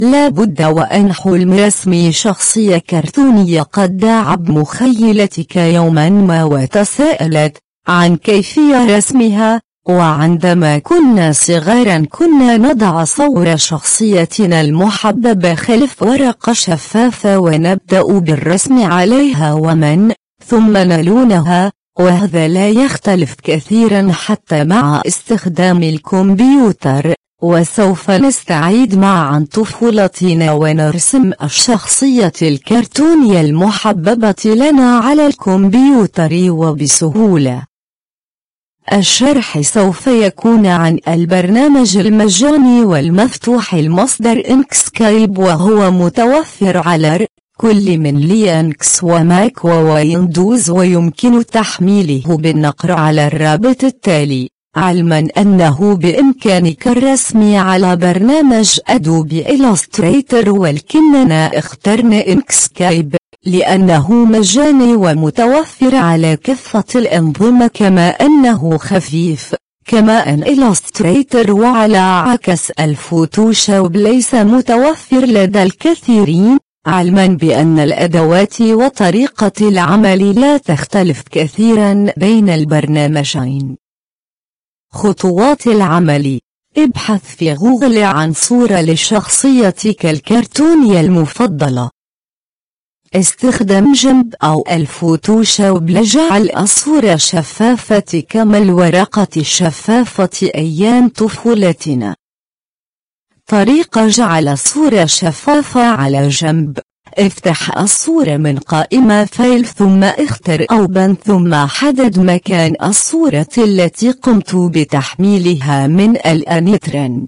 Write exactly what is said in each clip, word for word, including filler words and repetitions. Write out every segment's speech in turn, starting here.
لا بد وأن حلم رسم شخصية كرتونية قد داع بمخيلتك يوما ما وتساءلت عن كيفية رسمها. وعندما كنا صغارا كنا نضع صور شخصيتنا المحببة خلف ورقة شفافة ونبدأ بالرسم عليها ومن ثم نلونها، وهذا لا يختلف كثيرا حتى مع استخدام الكمبيوتر. وسوف نستعيد معا طفولتنا ونرسم الشخصية الكرتونية المحببة لنا على الكمبيوتر وبسهولة. الشرح سوف يكون عن البرنامج المجاني والمفتوح المصدر إنكسكايب، وهو متوفر على كل من لينكس وماك وويندوز، ويمكن تحميله بالنقر على الرابط التالي. علما أنه بإمكانك الرسم على برنامج أدوبي إلستريتر، ولكننا اخترنا إنكسكايب لأنه مجاني ومتوفر على كافة الأنظمة، كما أنه خفيف، كما أن إلستريتر وعلى عكس الفوتوشوب ليس متوفر لدى الكثيرين، علما بأن الأدوات وطريقة العمل لا تختلف كثيرا بين البرنامجين. خطوات العمل: ابحث في جوجل عن صورة لشخصيتك الكرتونية المفضلة. استخدم جنب أو الفوتوشوب لجعل الصورة شفافة كما الورقة الشفافة أيام طفولتنا. طريقة جعل صورة شفافة على جنب: افتح الصورة من قائمة فايل ثم اختر أوبن ثم حدد مكان الصورة التي قمت بتحميلها من الانترنت.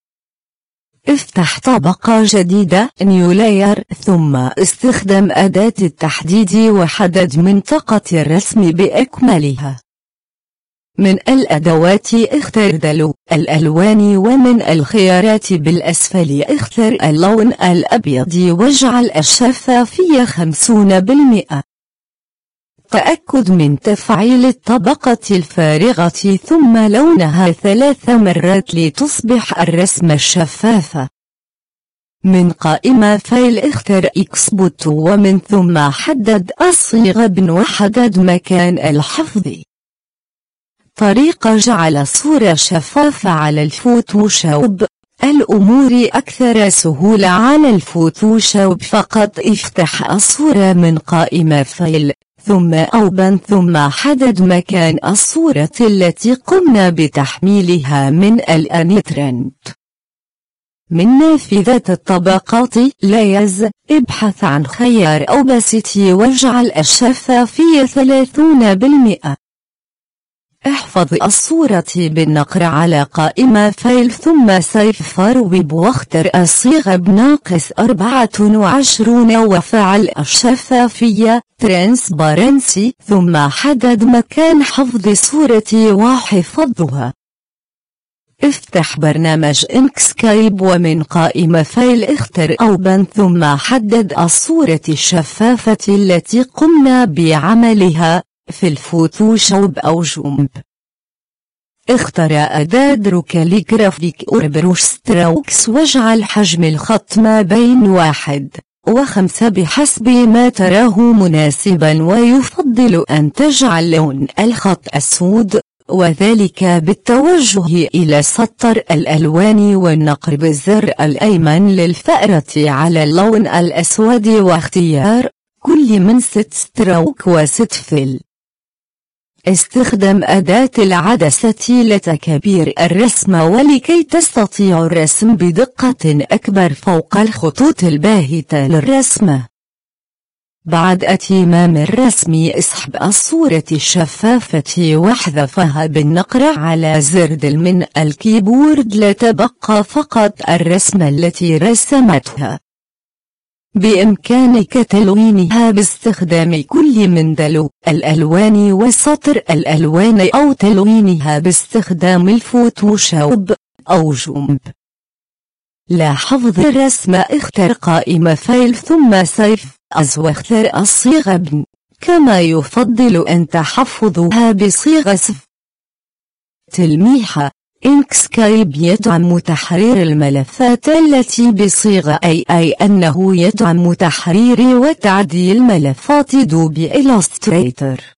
افتح طبقة جديدة نيو لاير ثم استخدم أداة التحديد وحدد منطقة الرسم بأكملها. من الأدوات اختر دلو الألوان، ومن الخيارات بالأسفل اختر اللون الأبيض واجعل الشفافية خمسين بالمئة. تأكد من تفعيل الطبقة الفارغة ثم لونها ثلاث مرات لتصبح الرسمة شفافة. من قائمة فايل اختر اكسبورت ومن ثم حدد الصيغة بن وحدد مكان الحفظ. طريقة جعل صورة شفافة على الفوتوشوب: الأمور أكثر سهولة على الفوتوشوب، فقط افتح الصورة من قائمة فايل ثم أوبن ثم حدد مكان الصورة التي قمنا بتحميلها من الانترنت. من نافذة الطبقات لايرز ابحث عن خيار أوباسيتي واجعل الشفافية ثلاثين بالمئة. احفظ الصورة بالنقر على قائمة فايل ثم سيف فار ويب واختر الصيغة بناقص أربعة وعشرين وفعل الشفافية ترانسبارنسي ثم حدد مكان حفظ صورتي وحفظها. افتح برنامج إنكسكايب ومن قائمة فايل اختر أوبن ثم حدد الصورة الشفافة التي قمنا بعملها في الفوتوشوب أو جنب. اختر أداة درو كاليغرافيك أو بروش ستروكس واجعل حجم الخط ما بين واحد وخمسة بحسب ما تراه مناسبا، ويفضل أن تجعل لون الخط أسود، وذلك بالتوجه إلى سطر الألوان والنقر بالزر الأيمن للفأرة على اللون الأسود واختيار كل من ست ستروك وست فل. استخدم أداة العدسة لتكبير الرسم ولكي تستطيع الرسم بدقة أكبر فوق الخطوط الباهتة للرسم. بعد أتمام الرسم اسحب الصورة الشفافة واحذفها بالنقر على زر دل من الكيبورد لتبقى فقط الرسمة التي رسمتها. بإمكانك تلوينها باستخدام كل من دلو الألوان وسطر الألوان أو تلوينها باستخدام الفوتوشوب أو جنب. لحفظ الرسم اختر قائمة فايل ثم سيف أز واختر الصيغة بن، كما يفضل أن تحفظها بصيغة سف. تلميحة: إنكسكايب يدعم تحرير الملفات التي بصيغة أي أي أنه يدعم تحرير وتعديل ملفات دوبي إلستريتر.